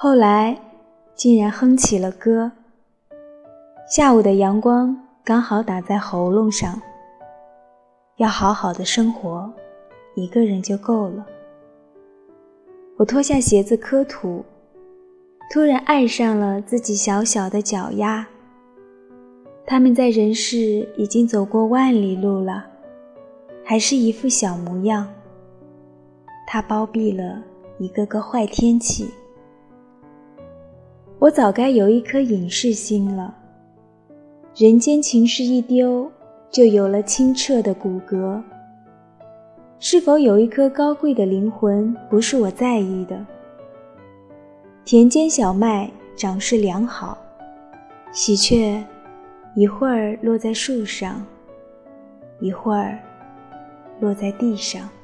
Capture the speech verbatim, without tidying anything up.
后来竟然哼起了歌。下午的阳光刚好打在喉咙上，要好好的生活，一个人就够了。我脱下鞋子磕土，突然爱上了自己小小的脚丫。他们在人世已经走过万里路了，还是一副小模样。它包庇了一个个坏天气。我早该有一颗隐士心了，人间情事一丢，就有了清澈的骨骼。是否有一颗高贵的灵魂，不是我在意的。田间小麦长势良好，喜鹊一会儿落在树上，一会儿落在地上。